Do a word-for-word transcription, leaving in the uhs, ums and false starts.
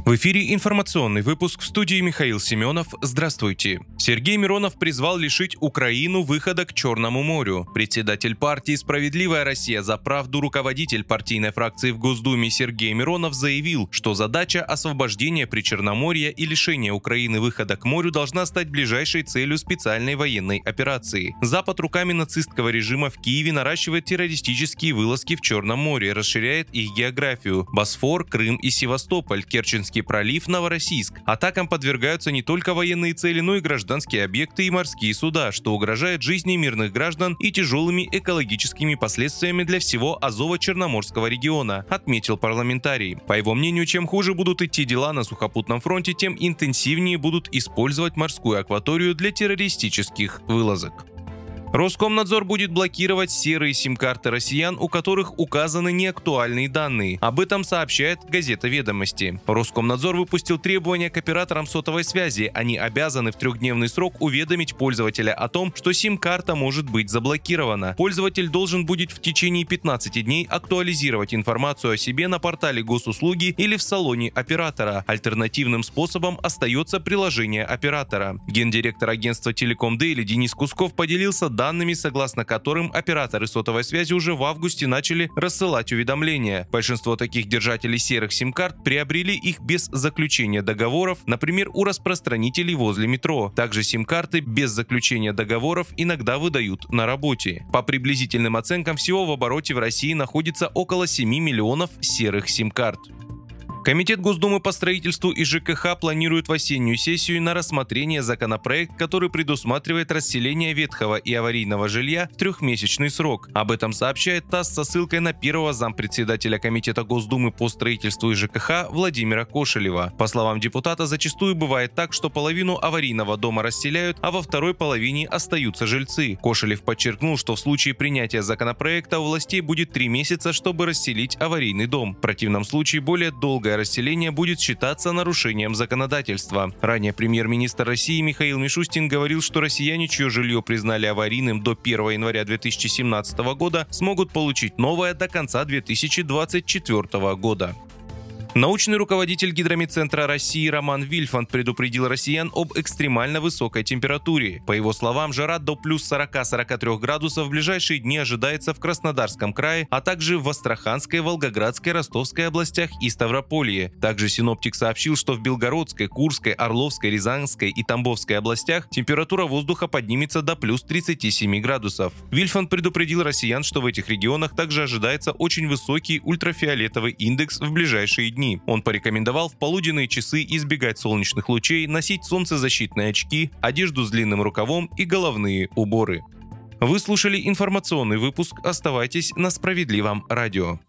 В эфире информационный выпуск, в студии Михаил Семенов. Здравствуйте. Сергей Миронов призвал лишить Украину выхода к Черному морю. Председатель партии «Справедливая Россия за правду», руководитель партийной фракции в Госдуме Сергей Миронов заявил, что задача освобождения Причерноморья и лишения Украины выхода к морю должна стать ближайшей целью специальной военной операции. Запад руками нацистского режима в Киеве наращивает террористические вылазки в Черном море, расширяет их географию. Босфор, Крым и Севастополь, Керченский пролив, Новороссийск. Атакам подвергаются не только военные цели, но и гражданские объекты и морские суда, что угрожает жизни мирных граждан и тяжелыми экологическими последствиями для всего Азово-Черноморского региона, отметил парламентарий. По его мнению, чем хуже будут идти дела на сухопутном фронте, тем интенсивнее будут использовать морскую акваторию для террористических вылазок. Роскомнадзор будет блокировать серые сим-карты россиян, у которых указаны неактуальные данные. Об этом сообщает газета «Ведомости». Роскомнадзор выпустил требования к операторам сотовой связи. Они обязаны в трехдневный срок уведомить пользователя о том, что сим-карта может быть заблокирована. Пользователь должен будет в течение пятнадцати дней актуализировать информацию о себе на портале госуслуги или в салоне оператора. Альтернативным способом остается приложение оператора. Гендиректор агентства «Телеком Дейли» Денис Кусков поделился данными, согласно которым операторы сотовой связи уже в августе начали рассылать уведомления. Большинство таких держателей серых сим-карт приобрели их без заключения договоров, например, у распространителей возле метро. Также сим-карты без заключения договоров иногда выдают на работе. По приблизительным оценкам, всего в обороте в России находится около семи миллионов серых сим-карт. Комитет Госдумы по строительству и ЖКХ планирует в осеннюю сессию на рассмотрение законопроект, который предусматривает расселение ветхого и аварийного жилья в трехмесячный срок. Об этом сообщает ТАСС со ссылкой на первого зампредседателя Комитета Госдумы по строительству и ЖКХ Владимира Кошелева. По словам депутата, зачастую бывает так, что половину аварийного дома расселяют, а во второй половине остаются жильцы. Кошелев подчеркнул, что в случае принятия законопроекта у властей будет три месяца, чтобы расселить аварийный дом. В противном случае более долгое расселение будет считаться нарушением законодательства. Ранее премьер-министр России Михаил Мишустин говорил, что россияне, чье жилье признали аварийным до первого января две тысячи семнадцатого года, смогут получить новое до конца две тысячи двадцать четвёртого года. Научный руководитель Гидрометцентра России Роман Вильфанд предупредил россиян об экстремально высокой температуре. По его словам, жара до плюс сорока-сорока трёх градусов в ближайшие дни ожидается в Краснодарском крае, а также в Астраханской, Волгоградской, Ростовской областях и Ставрополье. Также синоптик сообщил, что в Белгородской, Курской, Орловской, Рязанской и Тамбовской областях температура воздуха поднимется до плюс тридцати семи градусов. Вильфанд предупредил россиян, что в этих регионах также ожидается очень высокий ультрафиолетовый индекс в ближайшие дни. Он порекомендовал в полуденные часы избегать солнечных лучей, носить солнцезащитные очки, одежду с длинным рукавом и головные уборы. Вы слушали информационный выпуск. Оставайтесь на Справедливом радио.